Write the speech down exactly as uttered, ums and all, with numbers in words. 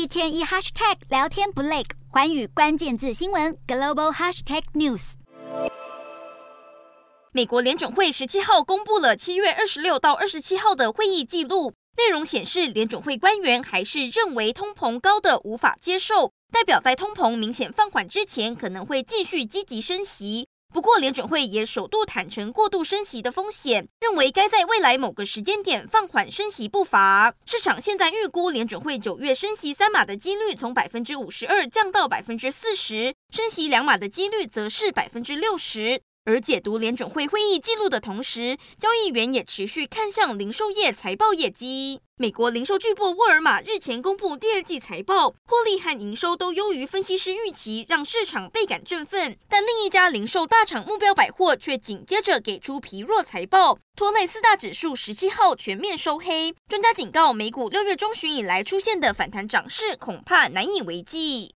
天一 hashtag 聊天不累，寰宇关键字新闻 global hashtag news。 美国联准会十七号公布了七月二十六到二十七号的会议记录，内容显示联准会官员还是认为通膨高的无法接受，代表在通膨明显放缓之前，可能会继续积极升息。不过，联准会也首度坦诚过度升息的风险，认为该在未来某个时间点放缓升息步伐。市场现在预估联准会九月升息三码的几率从百分之五十二降到百分之四十，升息两码的几率则是百分之六十。而解读联准会会议记录的同时，交易员也持续看向零售业财报业绩。美国零售巨擘沃尔玛日前公布第二季财报，获利和营收都优于分析师预期，让市场倍感振奋。但另一家零售大厂目标百货却紧接着给出疲弱财报，拖累四大指数十七号全面收黑。专家警告，美股六月中旬以来出现的反弹涨势恐怕难以为继。